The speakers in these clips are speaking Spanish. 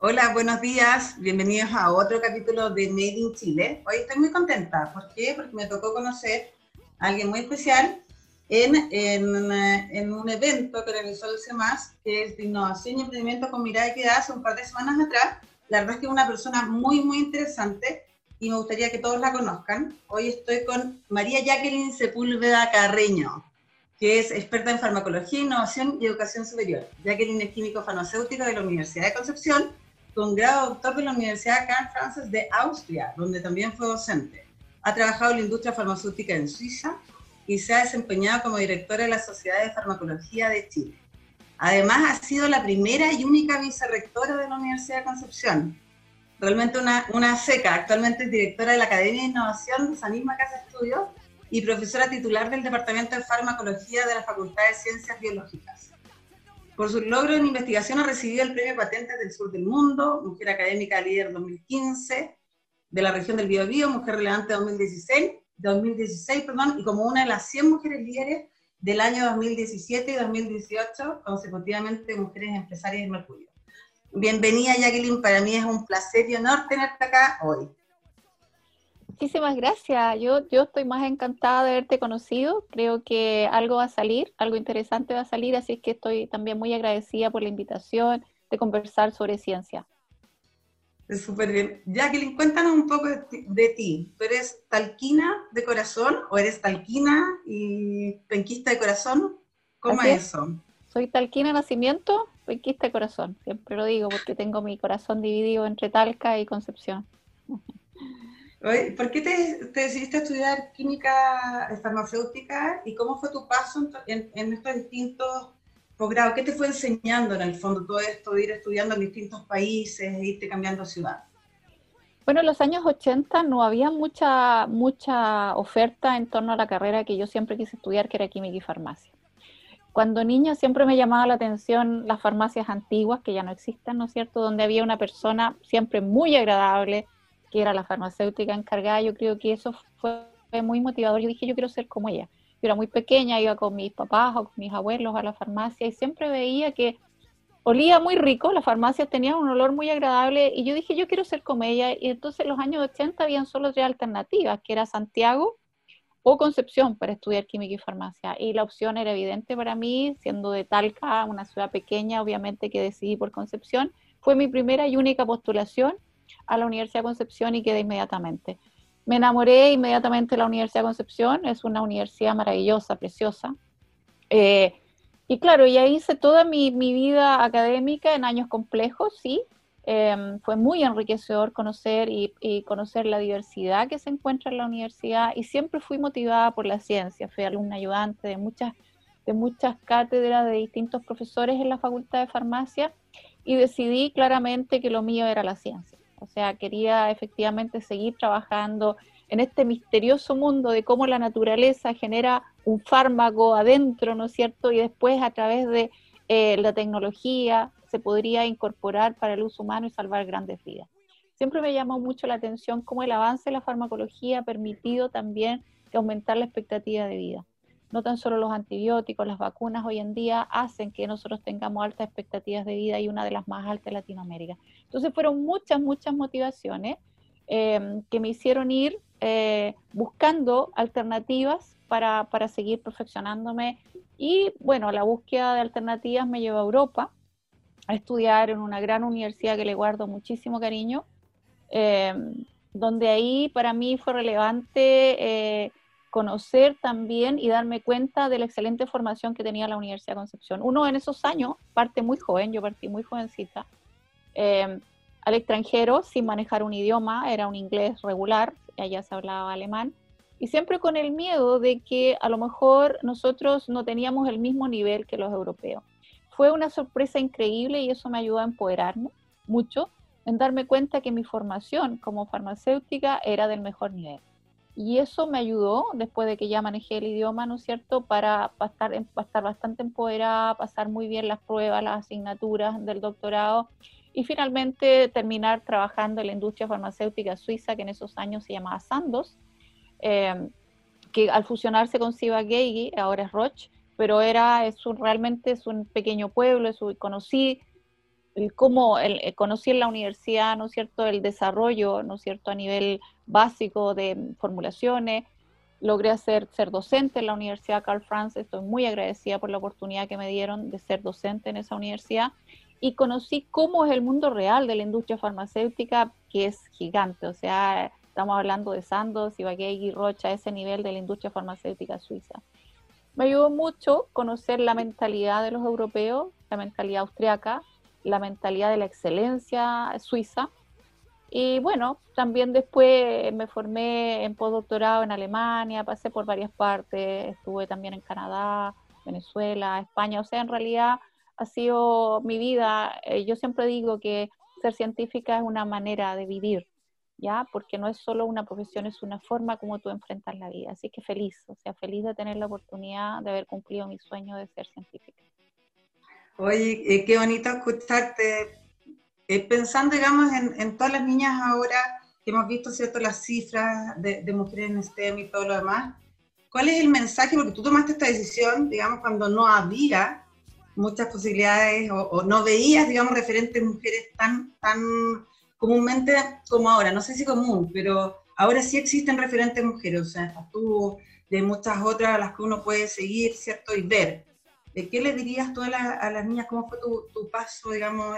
Hola, buenos días. Bienvenidos a otro capítulo de Made in Chile. Hoy estoy muy contenta. ¿Por qué? Porque me tocó conocer a alguien muy especial en un evento que organizó el CEMAS, que es de innovación y emprendimiento con mirada de equidad, hace un par de semanas atrás. La verdad es que es una persona muy interesante y me gustaría que todos la conozcan. Hoy estoy con María Jacqueline Sepúlveda Carreño, que es experta en farmacología, innovación y educación superior. Jacqueline es químico farmacéutico de la Universidad de Concepción, con grado doctor de la Universidad Karl Franz de Austria, donde también fue docente. Ha trabajado en la industria farmacéutica en Suiza y se ha desempeñado como directora de la Sociedad de Farmacología de Chile. Además, ha sido la primera y única vicerrectora de la Universidad de Concepción. Realmente una seca. Actualmente es directora de la Academia de Innovación de esa misma casa de estudios y profesora titular del Departamento de Farmacología de la Facultad de Ciencias Biológicas. Por sus logros en investigación ha recibido el Premio Patentes del Sur del Mundo, Mujer Académica Líder 2015, de la región del Biobío, Mujer Relevante 2016, y como una de las 100 mujeres líderes del año 2017 y 2018, consecutivamente Mujeres Empresarias de Mercurio. Bienvenida, Jacqueline, para mí es un placer y honor tenerte acá hoy. Muchísimas gracias. Yo estoy más encantada de haberte conocido. Creo que algo va a salir, algo interesante va a salir, así es que estoy también muy agradecida por la invitación de conversar sobre ciencia. Súper bien. Jacqueline, cuéntanos un poco de ti. ¿Tú eres talquina de corazón o eres talquina y penquista de corazón? ¿Cómo Así es es, eso? soy talquina de nacimiento, penquista de corazón. Siempre lo digo porque tengo mi corazón dividido entre Talca y Concepción. ¿Por qué te decidiste estudiar química farmacéutica y cómo fue tu paso en estos distintos posgrados? ¿Qué te fue enseñando en el fondo todo esto de ir estudiando en distintos países e irte cambiando ciudad? Bueno, en los años 80 no había mucha oferta en torno a la carrera que yo siempre quise estudiar, que era química y farmacia. Cuando niña siempre me llamaba la atención las farmacias antiguas, que ya no existen, ¿no es cierto?, donde había una persona siempre muy agradable, que era la farmacéutica encargada. Yo creo que eso fue muy motivador. Yo dije, yo quiero ser como ella. Yo era muy pequeña, iba con mis papás o con mis abuelos a la farmacia y siempre veía que olía muy rico, las farmacias tenían un olor muy agradable y yo dije, yo quiero ser como ella. Y entonces en los años 80 habían solo tres alternativas, que era Santiago o Concepción para estudiar química y farmacia. Y la opción era evidente para mí, siendo de Talca, una ciudad pequeña, obviamente que decidí por Concepción. Fue mi primera y única postulación a la Universidad de Concepción y quedé inmediatamente. Me enamoré inmediatamente de la Universidad de Concepción, es una universidad maravillosa, preciosa. Eh, y claro, ya hice toda mi vida académica en años complejos, sí. Fue muy enriquecedor conocer y conocer la diversidad que se encuentra en la universidad y siempre fui motivada por la ciencia. Fui alumna ayudante de muchas cátedras de distintos profesores en la Facultad de Farmacia y decidí claramente que lo mío era la ciencia. O sea, quería efectivamente seguir trabajando en este misterioso mundo de cómo la naturaleza genera un fármaco adentro, ¿no es cierto? Y después a través de la tecnología se podría incorporar para el uso humano y salvar grandes vidas. Siempre me llamó mucho la atención cómo el avance de la farmacología ha permitido también aumentar la expectativa de vida. No tan solo los antibióticos, las vacunas hoy en día hacen que nosotros tengamos altas expectativas de vida y una de las más altas en Latinoamérica. Entonces fueron muchas motivaciones que me hicieron ir buscando alternativas para seguir perfeccionándome. Y bueno, la búsqueda de alternativas me llevó a Europa a estudiar en una gran universidad que le guardo muchísimo cariño, eh, donde ahí para mí fue relevante conocer también y darme cuenta de la excelente formación que tenía la Universidad de Concepción. Uno en esos años parte muy joven, yo partí muy jovencita, eh, al extranjero sin manejar un idioma, era un inglés regular, allá se hablaba alemán, y siempre con el miedo de que a lo mejor nosotros no teníamos el mismo nivel que los europeos. Fue una sorpresa increíble y eso me ayudó a empoderarme mucho, en darme cuenta que mi formación como farmacéutica era del mejor nivel. Y eso me ayudó, después de que ya manejé el idioma, ¿no es cierto?, para estar bastante empoderada, pasar muy bien las pruebas, las asignaturas del doctorado y finalmente terminar trabajando en la industria farmacéutica suiza, que en esos años se llamaba Sandoz, eh, que al fusionarse con Ciba-Geigy, ahora es Roche, pero realmente es un pequeño pueblo, conocí conocí en la universidad, ¿no es cierto?, el desarrollo, ¿no es cierto?, a nivel básico de formulaciones. Logré ser docente en la Universidad Carl Franz, estoy muy agradecida por la oportunidad que me dieron de ser docente en esa universidad, y conocí cómo es el mundo real de la industria farmacéutica, que es gigante. O sea, estamos hablando de Sandoz, Ciba-Geigy, Roche, a ese nivel de la industria farmacéutica suiza. Me ayudó mucho conocer la mentalidad de los europeos, la mentalidad austriaca, la mentalidad de la excelencia suiza. Y bueno, también después me formé en postdoctorado en Alemania, pasé por varias partes, estuve también en Canadá, Venezuela, España. O sea, en realidad ha sido mi vida. Yo siempre digo que ser científica es una manera de vivir, ¿ya? Porque no es solo una profesión, es una forma como tú enfrentas la vida. Así que feliz, o sea, feliz de tener la oportunidad de haber cumplido mi sueño de ser científica. Oye, qué bonito escucharte. Pensando, digamos, en todas las niñas ahora que hemos visto, ¿cierto?, las cifras de mujeres en STEM y todo lo demás, ¿cuál es el mensaje? Porque tú tomaste esta decisión, digamos, cuando no había muchas posibilidades o no veías, digamos, referentes mujeres tan comúnmente como ahora. No sé si común, pero ahora sí existen referentes mujeres. O sea, tú, de muchas otras a las que uno puede seguir, ¿cierto?, y ver. ¿Qué le dirías tú a las niñas? ¿Cómo fue tu paso, digamos,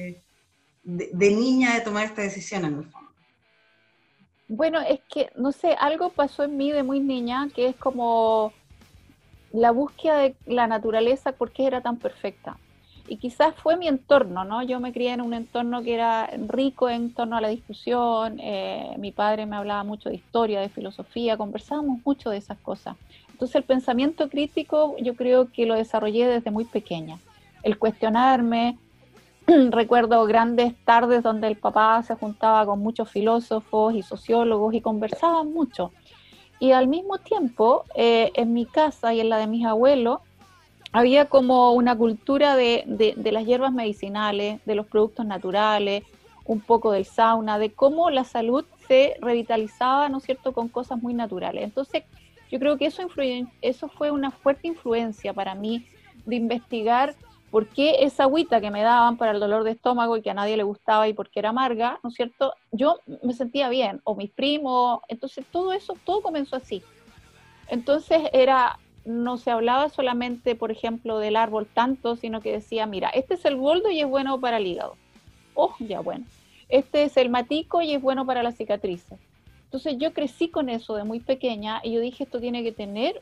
de niña de tomar esta decisión en el fondo? Bueno, es que, no sé, algo pasó en mí de muy niña, que es como la búsqueda de la naturaleza, por qué era tan perfecta. Y quizás fue mi entorno, ¿no? Yo me crié en un entorno que era rico en torno a la discusión. Mi padre me hablaba mucho de historia, de filosofía, conversábamos mucho de esas cosas. Entonces el pensamiento crítico yo creo que lo desarrollé desde muy pequeña. El cuestionarme, recuerdo grandes tardes donde el papá se juntaba con muchos filósofos y sociólogos y conversaban mucho. Y al mismo tiempo, en mi casa y en la de mis abuelos, había como una cultura de las hierbas medicinales, de los productos naturales, un poco del sauna, de cómo la salud se revitalizaba, ¿no es cierto?, con cosas muy naturales. Entonces, yo creo que eso fue una fuerte influencia para mí de investigar por qué esa agüita que me daban para el dolor de estómago y que a nadie le gustaba y porque era amarga, ¿no es cierto?, yo me sentía bien, o mis primos. Entonces todo eso, todo comenzó así. Entonces no se hablaba solamente, por ejemplo, del árbol tanto, sino que decía, mira, este es el boldo y es bueno para el hígado. Oh, ya bueno. Este es el matico y es bueno para las cicatrices. Entonces yo crecí con eso de muy pequeña y yo dije, esto tiene que tener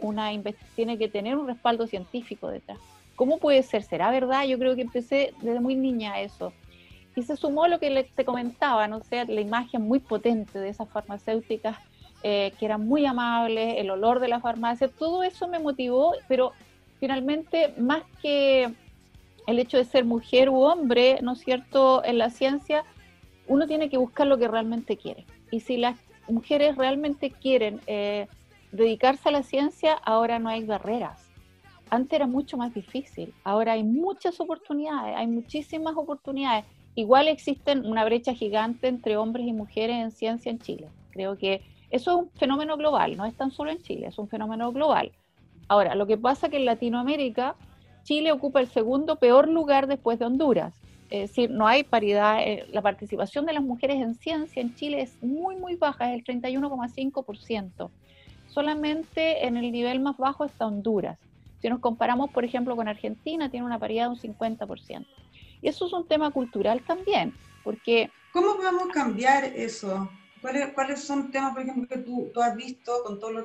un respaldo científico detrás. ¿Cómo puede ser? ¿Será verdad? Yo creo que empecé desde muy niña a eso. Y se sumó lo que te comentaba, no sé, la imagen muy potente de esas farmacéuticas que eran muy amables, el olor de la farmacia, todo eso me motivó, pero finalmente, más que el hecho de ser mujer u hombre, ¿no es cierto?, en la ciencia, uno tiene que buscar lo que realmente quiere. Y si las mujeres realmente quieren dedicarse a la ciencia, ahora no hay barreras. Antes era mucho más difícil, ahora hay muchas oportunidades, hay muchísimas oportunidades. Igual existen una brecha gigante entre hombres y mujeres en ciencia en Chile. Creo que eso es un fenómeno global, no es tan solo en Chile, es un fenómeno global. Ahora, lo que pasa es que en Latinoamérica, Chile ocupa el segundo peor lugar después de Honduras. Es decir, no hay paridad. La participación de las mujeres en ciencia en Chile es muy, muy baja, es el 31,5%. Solamente en el nivel más bajo está Honduras. Si nos comparamos, por ejemplo, con Argentina, tiene una paridad de un 50%. Y eso es un tema cultural también, porque... ¿Cómo podemos cambiar eso? ¿Cuáles son temas, por ejemplo, que tú has visto con todo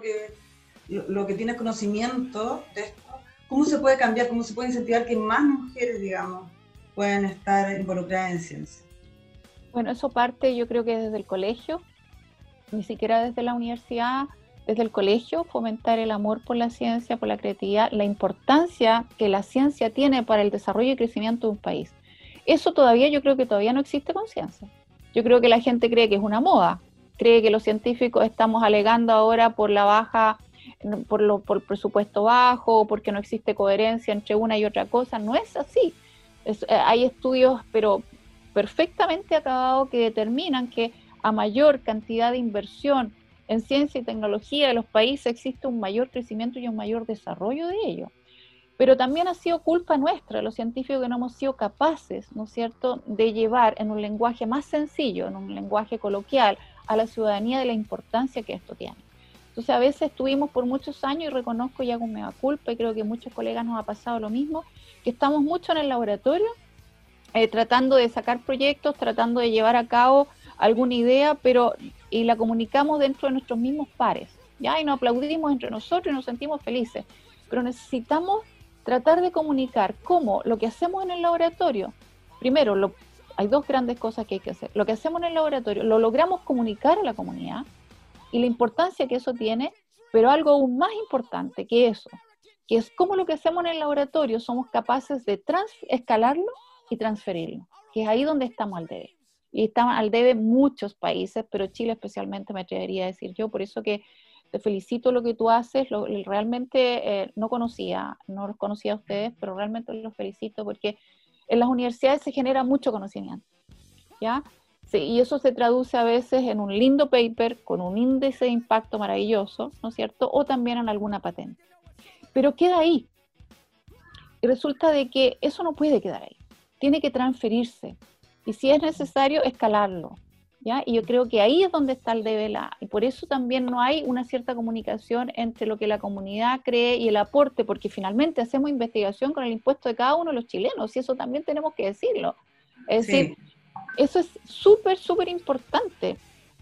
lo que tienes conocimiento de esto? ¿Cómo se puede cambiar? ¿Cómo se puede incentivar que más mujeres, digamos, puedan estar involucradas en ciencia? Bueno, eso parte, yo creo que desde el colegio, ni siquiera desde la universidad, desde el colegio, fomentar el amor por la ciencia, por la creatividad, la importancia que la ciencia tiene para el desarrollo y crecimiento de un país. Eso todavía, yo creo que todavía no existe conciencia. Yo creo que la gente cree que es una moda, cree que los científicos estamos alegando ahora por la baja, por el presupuesto bajo, porque no existe coherencia entre una y otra cosa. No es así. Hay estudios, pero perfectamente acabados, que determinan que a mayor cantidad de inversión en ciencia y tecnología de los países existe un mayor crecimiento y un mayor desarrollo de ellos. pero también ha sido culpa nuestra, los científicos, que no hemos sido capaces, ¿no es cierto?, de llevar en un lenguaje más sencillo, en un lenguaje coloquial, a la ciudadanía de la importancia que esto tiene. Entonces a veces estuvimos por muchos años, y reconozco y hago un mea culpa, y creo que a muchos colegas nos ha pasado lo mismo, que estamos mucho en el laboratorio, tratando de sacar proyectos, tratando de llevar a cabo alguna idea, y la comunicamos dentro de nuestros mismos pares, ¿ya? Y nos aplaudimos entre nosotros y nos sentimos felices, pero necesitamos tratar de comunicar cómo lo que hacemos en el laboratorio, primero, hay dos grandes cosas que hay que hacer. Lo que hacemos en el laboratorio lo logramos comunicar a la comunidad y la importancia que eso tiene, pero algo aún más importante que eso, que es cómo lo que hacemos en el laboratorio somos capaces de escalarlo y transferirlo, que es ahí donde estamos al debe. Y están al debe muchos países, pero Chile especialmente, me atrevería a decir yo, por eso que te felicito lo que tú haces, realmente no los conocía a ustedes, pero realmente los felicito porque en las universidades se genera mucho conocimiento, ¿ya? Sí, y eso se traduce a veces en un lindo paper con un índice de impacto maravilloso, ¿no es cierto? O también en alguna patente. Pero queda ahí. Y resulta de que eso no puede quedar ahí. Tiene que transferirse. Y si es necesario, escalarlo, ¿ya? Y yo creo que ahí es donde está el debe, y por eso también no hay una cierta comunicación entre lo que la comunidad cree y el aporte, porque finalmente hacemos investigación con el impuesto de cada uno de los chilenos, y eso también tenemos que decirlo. Es decir, eso es súper, súper importante.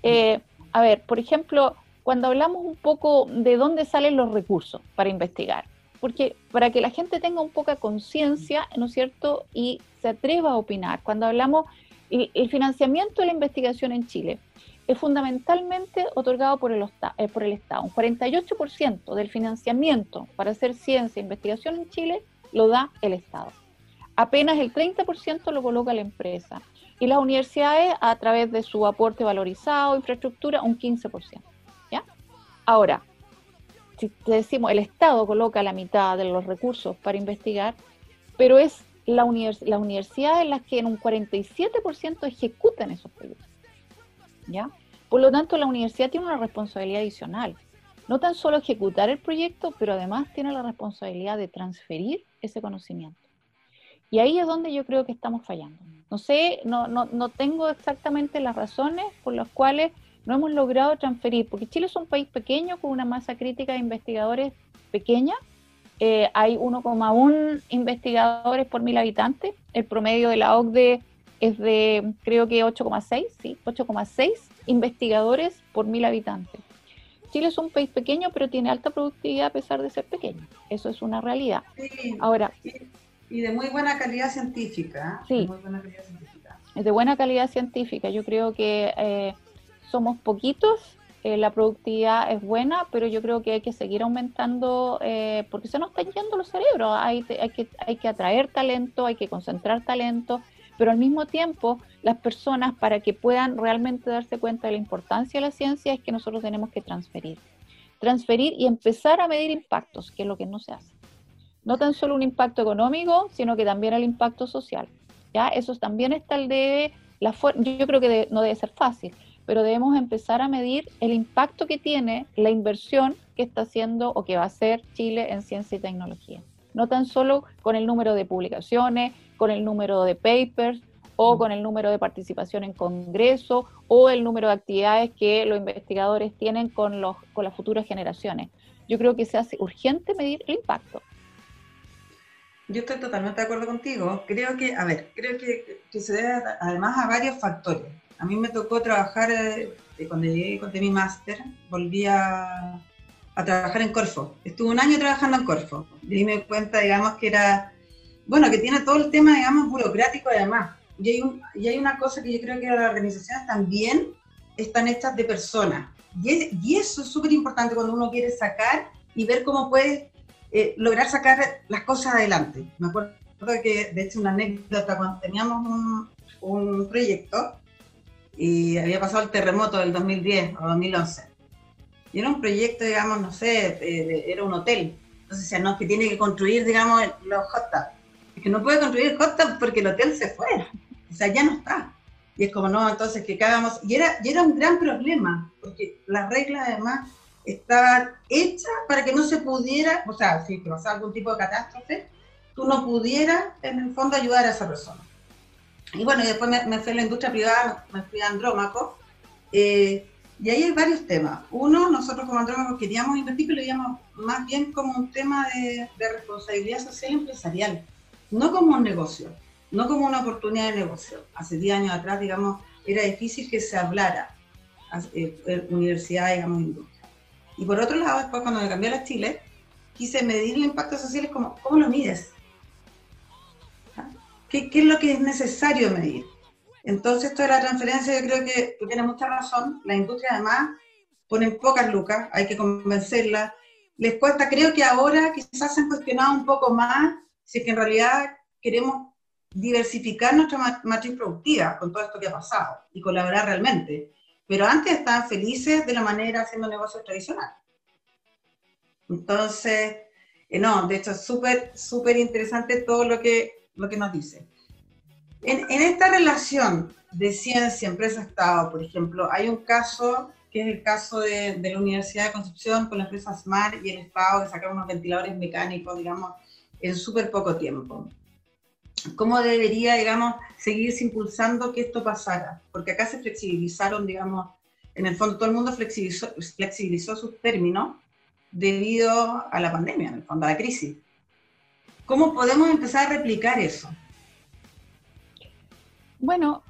A ver, por ejemplo, cuando hablamos un poco de dónde salen los recursos para investigar, porque para que la gente tenga un poco de conciencia, ¿no es cierto?, y se atreva a opinar. Cuando hablamos, el financiamiento de la investigación en Chile es fundamentalmente otorgado por el Estado. Un 48% del financiamiento para hacer ciencia e investigación en Chile lo da el Estado. Apenas el 30% lo coloca la empresa. Y las universidades, a través de su aporte valorizado, infraestructura, un 15%. ¿Ya? Ahora, si te decimos, el Estado coloca la mitad de los recursos para investigar, pero es las universidades las que en un 47% ejecutan esos proyectos, ¿ya? Por lo tanto, la universidad tiene una responsabilidad adicional. No tan solo ejecutar el proyecto, pero además tiene la responsabilidad de transferir ese conocimiento. Y ahí es donde yo creo que estamos fallando. No sé, no tengo exactamente las razones por las cuales no hemos logrado transferir, porque Chile es un país pequeño con una masa crítica de investigadores pequeña. Hay 1,1 investigadores por 1000 habitantes. El promedio de la OCDE es de, creo que 8,6, sí, 8,6 investigadores por 1000 habitantes. Chile es un país pequeño, pero tiene alta productividad a pesar de ser pequeño. Eso es una realidad. Sí. Ahora, y de muy buena calidad científica. Sí, de muy buena calidad científica. Es de buena calidad científica. Yo creo que somos poquitos, la productividad es buena, pero yo creo que hay que seguir aumentando porque se nos están yendo los cerebros. Hay que atraer talento, hay que concentrar talento, pero al mismo tiempo las personas, para que puedan realmente darse cuenta de la importancia de la ciencia, es que nosotros tenemos que transferir y empezar a medir impactos, que es lo que no se hace. No tan solo un impacto económico, sino que también el impacto social, ¿ya? Eso también está al debe. Yo creo que no debe ser fácil, pero debemos empezar a medir el impacto que tiene la inversión que está haciendo o que va a hacer Chile en ciencia y tecnología. No tan solo con el número de publicaciones, con el número de papers, o con el número de participación en congreso, o el número de actividades que los investigadores tienen con las futuras generaciones. Yo creo que se hace urgente medir el impacto. Yo estoy totalmente de acuerdo contigo. Creo que se debe además a varios factores. A mí me tocó trabajar, cuando llegué de mi máster, volví a trabajar en Corfo. Estuve un año trabajando en Corfo. Y ahí me di cuenta, digamos, que que tiene todo el tema, digamos, burocrático además. Y hay una cosa que yo creo que las organizaciones también están hechas de personas. Y eso es súper importante cuando uno quiere sacar y ver cómo puede lograr sacar las cosas adelante. Me acuerdo que, de hecho, una anécdota, cuando teníamos un proyecto y había pasado el terremoto del 2010 o 2011. Y era un proyecto, digamos, no sé, era un hotel. Entonces decían, no, que tiene que construir, digamos, los hot tubs. Es que no puede construir hot tubs porque el hotel se fue. O sea, ya no está. Y es como, no, entonces, ¿qué hagamos? Y era un gran problema, porque las reglas, además, estaba hecha para que no se pudiera, o sea, si te pasaba algún tipo de catástrofe, tú no pudieras en el fondo ayudar a esa persona. Y bueno, y después me fui a la industria privada, me fui a Andrómaco, y ahí hay varios temas. Uno, nosotros como Andrómaco queríamos invertir, pero lo veíamos más bien como un tema de responsabilidad social empresarial, no como un negocio, no como una oportunidad de negocio. Hace 10 años atrás, digamos, era difícil que se hablara universidad, digamos, industria. Y por otro lado, después cuando me cambié a Chile, quise medir el impacto social, es como, ¿cómo lo mides? ¿Qué es lo que es necesario medir? Entonces, esto de la transferencia, yo creo que tú tienes mucha razón. La industria, además, ponen pocas lucas, hay que convencerla. Les cuesta, creo que ahora quizás se han cuestionado un poco más si es que en realidad queremos diversificar nuestra matriz productiva con todo esto que ha pasado y colaborar realmente. Pero antes estaban felices de la manera haciendo negocios tradicionales. Entonces, no, de hecho es súper, súper interesante todo lo que nos dice. En esta relación de ciencia, empresa, Estado, por ejemplo, hay un caso que es el caso de la Universidad de Concepción con la empresa SMART y el Estado que sacaron unos ventiladores mecánicos, digamos, en súper poco tiempo. ¿Cómo debería, digamos, seguirse impulsando que esto pasara? Porque acá se flexibilizaron, digamos, en el fondo todo el mundo flexibilizó sus términos debido a la pandemia, en el fondo, a la crisis. ¿Cómo podemos empezar a replicar eso? Bueno,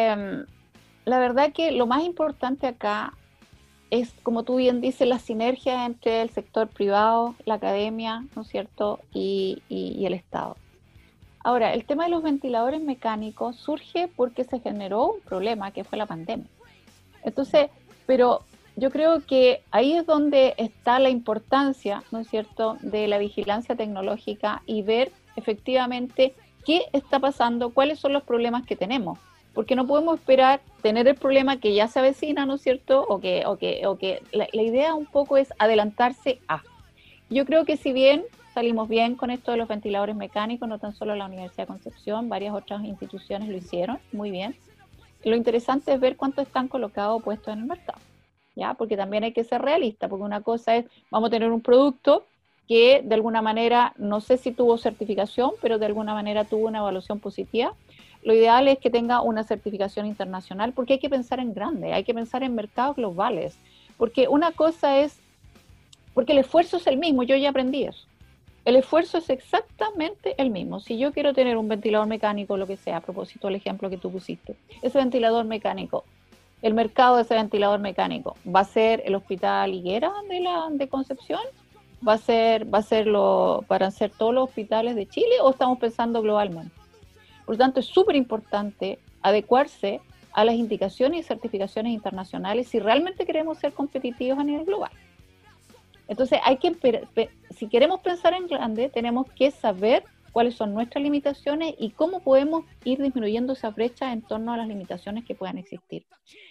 la verdad que lo más importante acá es, como tú bien dices, la sinergia entre el sector privado, la academia, ¿no es cierto?, y el Estado. Ahora, el tema de los ventiladores mecánicos surge porque se generó un problema que fue la pandemia. Entonces, pero yo creo que ahí es donde está la importancia, ¿no es cierto?, de la vigilancia tecnológica y ver efectivamente qué está pasando, cuáles son los problemas que tenemos. Porque no podemos esperar tener el problema que ya se avecina, ¿no es cierto? O que la idea un poco es adelantarse a. Yo creo que si bien salimos bien con esto de los ventiladores mecánicos, no tan solo la Universidad de Concepción, varias otras instituciones lo hicieron muy bien. Lo interesante es ver cuántos están colocados puestos en el mercado, ¿ya? Porque también hay que ser realista, porque una cosa es, vamos a tener un producto que de alguna manera, no sé si tuvo certificación, pero de alguna manera tuvo una evaluación positiva. Lo ideal es que tenga una certificación internacional, porque hay que pensar en grande, hay que pensar en mercados globales, porque una cosa es, porque el esfuerzo es el mismo, yo ya aprendí eso. El esfuerzo es exactamente el mismo. Si yo quiero tener un ventilador mecánico, lo que sea, a propósito del ejemplo que tú pusiste, ese ventilador mecánico, el mercado de ese ventilador mecánico, ¿va a ser el Hospital Higuera de Concepción? ¿Va a serlo para ser todos los hospitales de Chile o estamos pensando globalmente? Por lo tanto, es súper importante adecuarse a las indicaciones y certificaciones internacionales si realmente queremos ser competitivos a nivel global. Entonces, si queremos pensar en grande, tenemos que saber cuáles son nuestras limitaciones y cómo podemos ir disminuyendo esa brecha en torno a las limitaciones que puedan existir.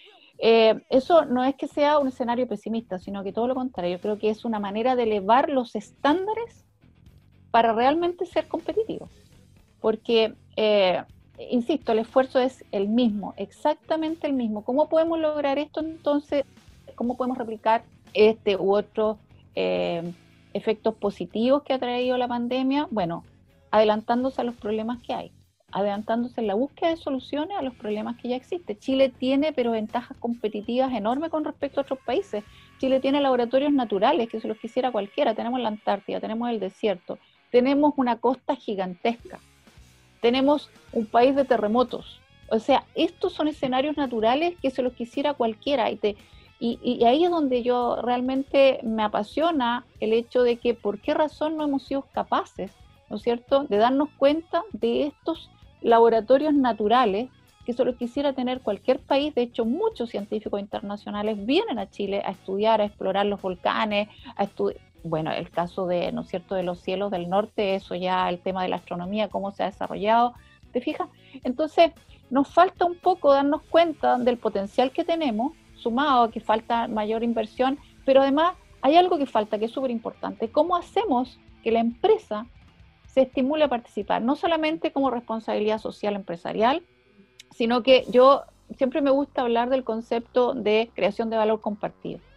Eso no es que sea un escenario pesimista, sino que todo lo contrario. Yo creo que es una manera de elevar los estándares para realmente ser competitivos. Porque, insisto, el esfuerzo es el mismo, exactamente el mismo. ¿Cómo podemos lograr esto entonces? ¿Cómo podemos replicar este u otro efectos positivos que ha traído la pandemia? Bueno, adelantándose a los problemas que hay, adelantándose en la búsqueda de soluciones a los problemas que ya existen. Chile tiene, pero ventajas competitivas enormes con respecto a otros países. Chile tiene laboratorios naturales, que se los quisiera cualquiera. Tenemos la Antártida, tenemos el desierto, tenemos una costa gigantesca, tenemos un país de terremotos. O sea, estos son escenarios naturales que se los quisiera cualquiera. Y ahí es donde yo realmente me apasiona el hecho de que por qué razón no hemos sido capaces, ¿no es cierto?, de darnos cuenta de estos laboratorios naturales que se los quisiera tener cualquier país. De hecho, muchos científicos internacionales vienen a Chile a estudiar, a explorar los volcanes, bueno, el caso de, ¿no es cierto?, de los cielos del norte, eso ya, el tema de la astronomía, cómo se ha desarrollado, ¿te fijas? Entonces, nos falta un poco darnos cuenta del potencial que tenemos, sumado a que falta mayor inversión, pero además hay algo que falta que es súper importante. ¿Cómo hacemos que la empresa se estimule a participar? No solamente como responsabilidad social empresarial, sino que yo siempre me gusta hablar del concepto de creación de valor compartido.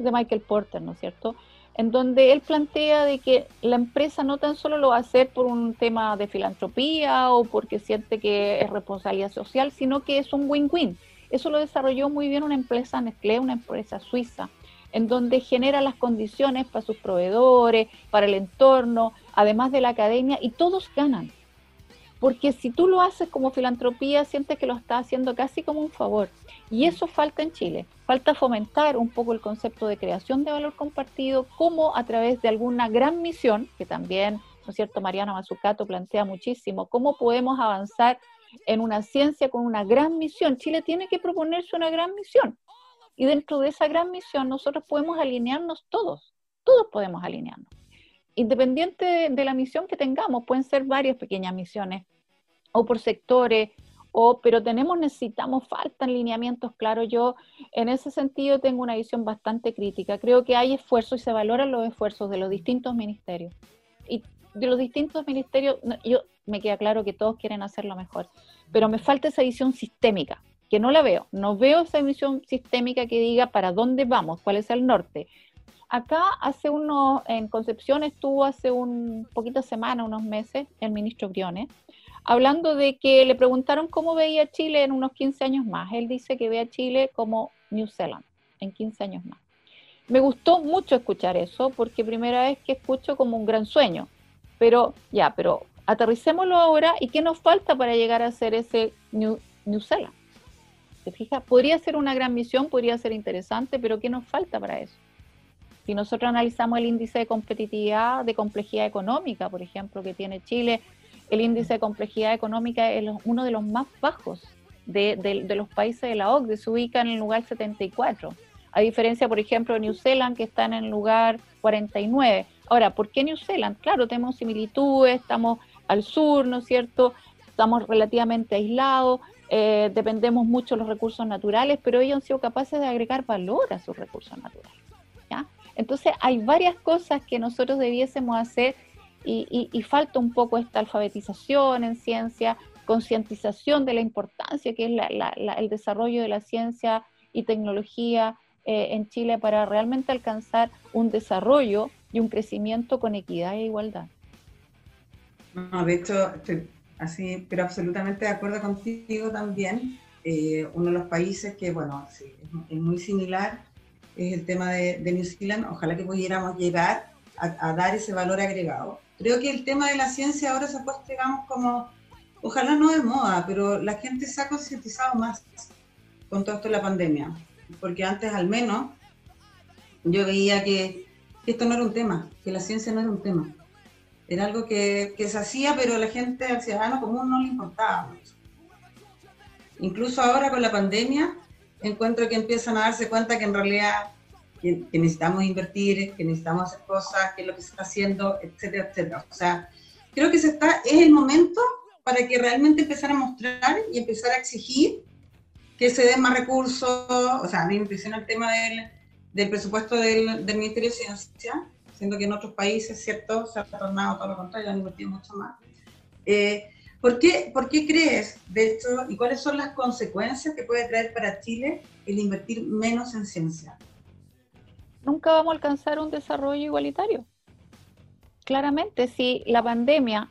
de Michael Porter, ¿no es cierto?, en donde él plantea de que la empresa no tan solo lo va a hacer por un tema de filantropía o porque siente que es responsabilidad social, sino que es un win-win. Eso lo desarrolló muy bien una empresa Nestlé, una empresa suiza, en donde genera las condiciones para sus proveedores, para el entorno, además de la academia, y todos ganan. Porque si tú lo haces como filantropía, sientes que lo estás haciendo casi como un favor. Y eso falta en Chile. Falta fomentar un poco el concepto de creación de valor compartido, como a través de alguna gran misión, que también, ¿no es cierto?, Mariana Mazzucato plantea muchísimo, cómo podemos avanzar en una ciencia con una gran misión. Chile tiene que proponerse una gran misión. Y dentro de esa gran misión nosotros podemos alinearnos todos podemos alinearnos. Independiente de la misión que tengamos, pueden ser varias pequeñas misiones, o por sectores, pero faltan lineamientos claros. Yo en ese sentido tengo una visión bastante crítica. Creo que hay esfuerzos y se valoran los esfuerzos de los distintos ministerios. Y de los distintos ministerios, me queda claro que todos quieren hacerlo mejor, pero me falta esa visión sistémica, que no la veo. No veo esa visión sistémica que diga para dónde vamos, cuál es el norte. Acá en Concepción estuvo hace un poquito de semana, unos meses, el ministro Briones, hablando de que le preguntaron cómo veía Chile en unos 15 años más. Él dice que ve a Chile como New Zealand, en 15 años más. Me gustó mucho escuchar eso, porque primera vez que escucho como un gran sueño. Pero aterricémoslo ahora, ¿y qué nos falta para llegar a ser ese New Zealand? ¿Te fijas? Podría ser una gran misión, podría ser interesante, pero ¿qué nos falta para eso? Si nosotros analizamos el índice de competitividad, de complejidad económica, por ejemplo, que tiene Chile, el índice de complejidad económica es uno de los más bajos de los países de la OCDE, se ubica en el lugar 74, a diferencia, por ejemplo, de New Zealand, que está en el lugar 49. Ahora, ¿por qué New Zealand? Claro, tenemos similitudes, estamos al sur, ¿no es cierto?, estamos relativamente aislados, dependemos mucho de los recursos naturales, pero ellos han sido capaces de agregar valor a sus recursos naturales, ¿ya? Entonces hay varias cosas que nosotros debiésemos hacer y falta un poco esta alfabetización en ciencia, concientización de la importancia que es el desarrollo de la ciencia y tecnología en Chile para realmente alcanzar un desarrollo y un crecimiento con equidad e igualdad. No, de hecho, estoy así, pero absolutamente de acuerdo contigo también. Uno de los países que, bueno, sí, es muy similar es el tema de New Zealand. Ojalá que pudiéramos llegar a dar ese valor agregado. Creo que el tema de la ciencia ahora se ha puesto, digamos, como, ojalá no de moda, pero la gente se ha concientizado más con todo esto de la pandemia, porque antes al menos yo veía que esto no era un tema, que la ciencia no era un tema. Era algo que se hacía, pero la gente, al ciudadano común, no le importaba mucho. Incluso ahora con la pandemia, encuentro que empiezan a darse cuenta que en realidad que necesitamos invertir, que necesitamos hacer cosas, que es lo que se está haciendo, etcétera, etcétera. O sea, creo que es el momento para que realmente empezar a mostrar y empezar a exigir que se den más recursos. O sea, a mí me impresiona el tema del presupuesto del Ministerio de Ciencia, siendo que en otros países, ¿cierto?, se ha tornado todo lo contrario, han invertido mucho más. ¿Por qué crees, de hecho, y cuáles son las consecuencias que puede traer para Chile el invertir menos en ciencia? Nunca vamos a alcanzar un desarrollo igualitario. Claramente, si la pandemia,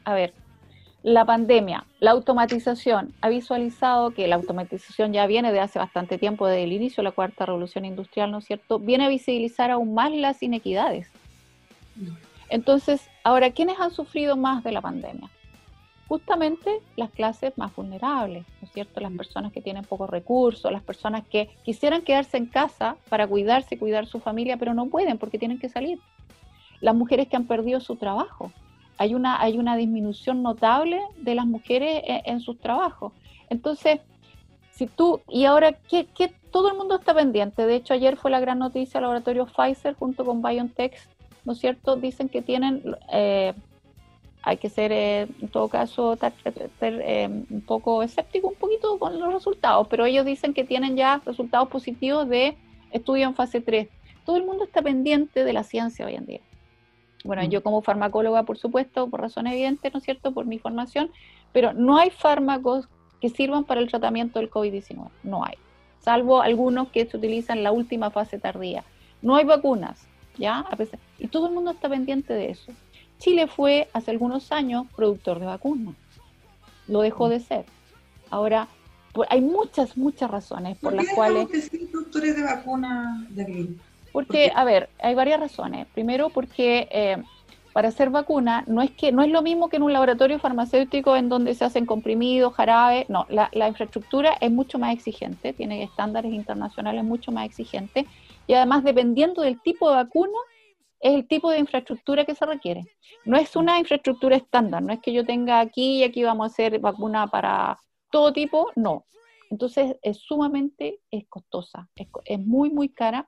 la automatización, ha visualizado que la automatización ya viene de hace bastante tiempo, desde el inicio de la cuarta revolución industrial, ¿no es cierto?, viene a visibilizar aún más las inequidades. Entonces, ahora, ¿quiénes han sufrido más de la pandemia? Justamente las clases más vulnerables, ¿no es cierto?, las personas que tienen pocos recursos, las personas que quisieran quedarse en casa para cuidarse y cuidar su familia, pero no pueden porque tienen que salir. Las mujeres que han perdido su trabajo. Hay una disminución notable de las mujeres en sus trabajos. Entonces, y ahora, ¿qué? Todo el mundo está pendiente. De hecho, ayer fue la gran noticia, el laboratorio Pfizer junto con BioNTech, ¿no es cierto?, dicen que tienen, hay que ser, en todo caso, ser un poco escéptico un poquito con los resultados, pero ellos dicen que tienen ya resultados positivos de estudio en fase 3. Todo el mundo está pendiente de la ciencia hoy en día. Bueno, yo como farmacóloga, por supuesto, por razones evidentes, ¿no es cierto?, por mi formación, pero no hay fármacos que sirvan para el tratamiento del COVID-19, no hay, salvo algunos que se utilizan en la última fase tardía. no hay vacunas, ¿ya? Y todo el mundo está pendiente de eso. Chile fue hace algunos años productor de vacunas, lo dejó de ser. Ahora, hay muchas razones por las cuales... ¿Por qué dejamos de ser productores de vacunas, Jacqueline? Porque, a ver, hay varias razones. Primero, porque para hacer vacuna no es lo mismo que en un laboratorio farmacéutico en donde se hacen comprimidos, jarabes. No, la infraestructura es mucho más exigente, tiene estándares internacionales mucho más exigentes, y además, dependiendo del tipo de vacuna, es el tipo de infraestructura que se requiere. No es una infraestructura estándar, no es que yo tenga aquí y aquí vamos a hacer vacuna para todo tipo, no. Entonces es sumamente costosa, es muy cara.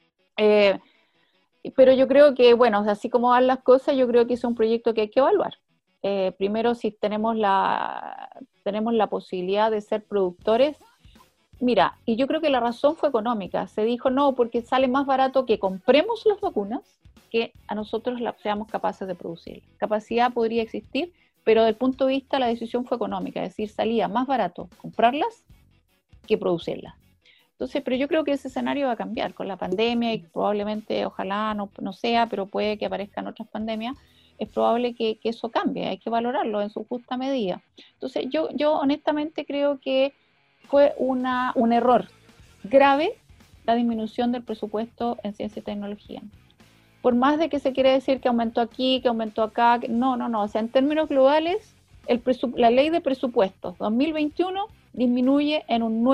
Pero yo creo que, bueno, así como van las cosas, yo creo que es un proyecto que hay que evaluar. Primero, si tenemos la posibilidad de ser productores. Mira, y yo creo que la razón fue económica. Se dijo no, porque sale más barato que compremos las vacunas que a nosotros seamos capaces de producir. Capacidad podría existir, pero desde el punto de vista la decisión fue económica, es decir, salía más barato comprarlas que producirlas. Entonces, pero yo creo que ese escenario va a cambiar con la pandemia y probablemente, ojalá no sea, pero puede que aparezcan otras pandemias. Es probable que eso cambie, hay que valorarlo en su justa medida. Entonces, yo honestamente creo que fue un error grave la disminución del presupuesto en ciencia y tecnología. Por más de que se quiere decir que aumentó aquí, que aumentó acá, no. O sea, en términos globales, la ley de presupuestos 2021 disminuye en un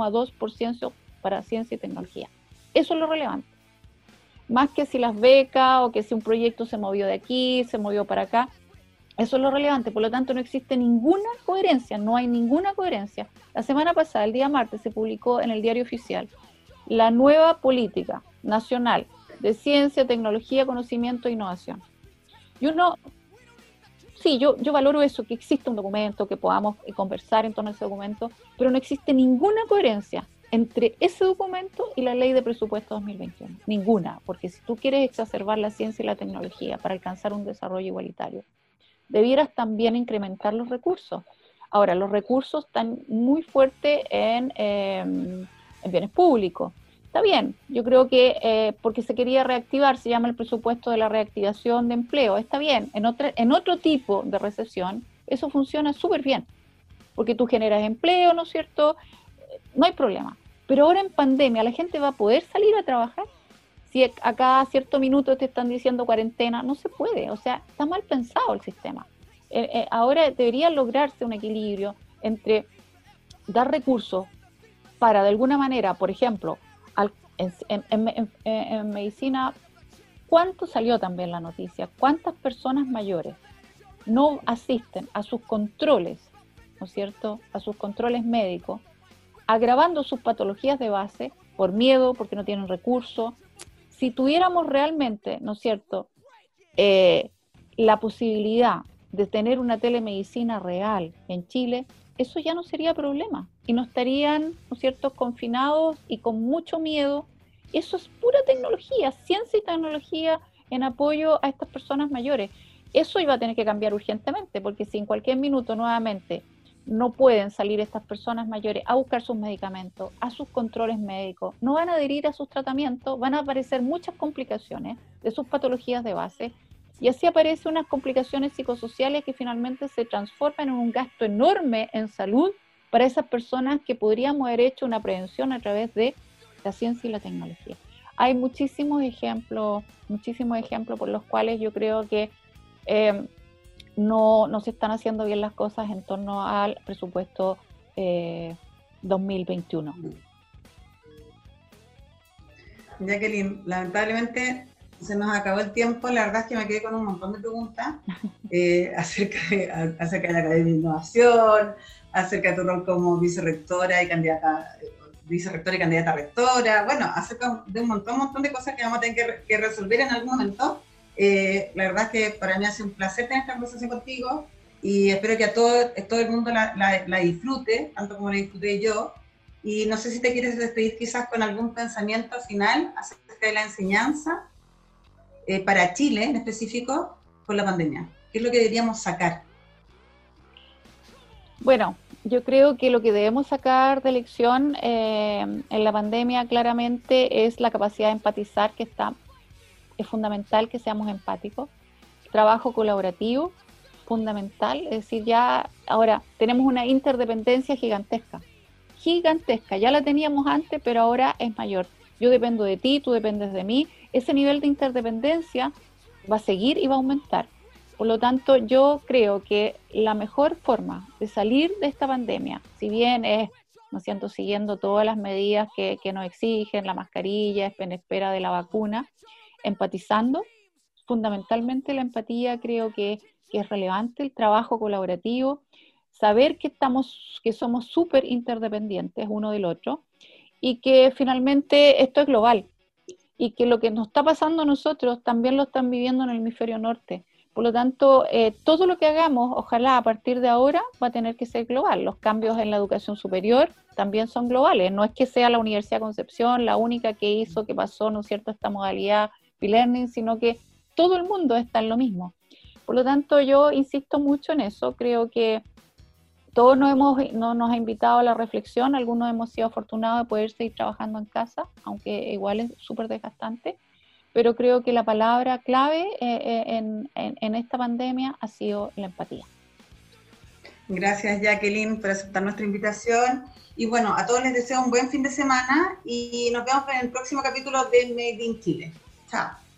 9,2% para ciencia y tecnología. Eso es lo relevante. Más que si las becas o que si un proyecto se movió de aquí, se movió para acá. Eso es lo relevante. Por lo tanto, no existe ninguna coherencia, no hay ninguna coherencia. La semana pasada, el día martes, se publicó en el Diario Oficial la nueva política nacional de ciencia, tecnología, conocimiento e innovación. Y uno, sí, yo valoro eso, que exista un documento, que podamos conversar en torno a ese documento, pero no existe ninguna coherencia entre ese documento y la ley de presupuesto 2021. Ninguna, porque si tú quieres exacerbar la ciencia y la tecnología para alcanzar un desarrollo igualitario, debieras también incrementar los recursos. Ahora, los recursos están muy fuertes en bienes públicos. Está bien, yo creo que porque se quería reactivar, se llama el presupuesto de la reactivación de empleo, está bien. En otro tipo de recesión, eso funciona súper bien, porque tú generas empleo, ¿no es cierto? No hay problema. Pero ahora en pandemia, ¿la gente va a poder salir a trabajar? Si a cada cierto minuto te están diciendo cuarentena, no se puede, o sea, está mal pensado el sistema. Ahora debería lograrse un equilibrio entre dar recursos para, de alguna manera, por ejemplo, en medicina, ¿cuánto salió también la noticia? ¿Cuántas personas mayores no asisten a sus controles, ¿no es cierto?, a sus controles médicos, agravando sus patologías de base por miedo, porque no tienen recursos? Si tuviéramos realmente, ¿no es cierto?, la posibilidad de tener una telemedicina real en Chile, eso ya no sería problema y no estarían, ¿no es cierto?, confinados y con mucho miedo. Eso es pura tecnología, ciencia y tecnología en apoyo a estas personas mayores. Eso iba a tener que cambiar urgentemente, porque si en cualquier minuto nuevamente no pueden salir estas personas mayores a buscar sus medicamentos, a sus controles médicos, no van a adherir a sus tratamientos, van a aparecer muchas complicaciones de sus patologías de base, y así aparecen unas complicaciones psicosociales que finalmente se transforman en un gasto enorme en salud para esas personas que podríamos haber hecho una prevención a través de la ciencia y la tecnología. Hay muchísimos ejemplos por los cuales yo creo que no se están haciendo bien las cosas en torno al presupuesto 2021. Jacqueline, lamentablemente se nos acabó el tiempo. La verdad es que me quedé con un montón de preguntas acerca de la Academia de Innovación, acerca de tu rol como vicerrectora y candidata a rectora, bueno, acerca de un montón de cosas que vamos a tener que resolver en algún momento. La verdad es que para mí ha sido un placer tener esta conversación contigo y espero que a todo el mundo la disfrute, tanto como la disfruté yo. Y no sé si te quieres despedir quizás con algún pensamiento final acerca de la enseñanza para Chile en específico con la pandemia. ¿Qué es lo que deberíamos sacar? Bueno, Yo creo que lo que debemos sacar de lección en la pandemia claramente es la capacidad de empatizar, es fundamental que seamos empáticos. Trabajo colaborativo, fundamental, es decir, ya ahora tenemos una interdependencia gigantesca, ya la teníamos antes, pero ahora es mayor. Yo dependo de ti, tú dependes de mí, ese nivel de interdependencia va a seguir y va a aumentar. Por lo tanto, yo creo que la mejor forma de salir de esta pandemia, si bien es, ¿no es cierto?, siguiendo todas las medidas que nos exigen, la mascarilla, en espera de la vacuna, empatizando, fundamentalmente la empatía creo que es relevante, el trabajo colaborativo, saber que somos súper interdependientes uno del otro y que finalmente esto es global y que lo que nos está pasando a nosotros también lo están viviendo en el hemisferio norte. Por lo tanto, todo lo que hagamos, ojalá a partir de ahora, va a tener que ser global. Los cambios en la educación superior también son globales. No es que sea la Universidad de Concepción la única que pasó, ¿no es cierto?, esta modalidad e-learning, sino que todo el mundo está en lo mismo. Por lo tanto, yo insisto mucho en eso. Creo que todos nos ha invitado a la reflexión. Algunos hemos sido afortunados de poder seguir trabajando en casa, aunque igual es súper desgastante. Pero creo que la palabra clave en esta pandemia ha sido la empatía. Gracias, Jacqueline, por aceptar nuestra invitación. Y bueno, a todos les deseo un buen fin de semana y nos vemos en el próximo capítulo de Made in Chile. Chao.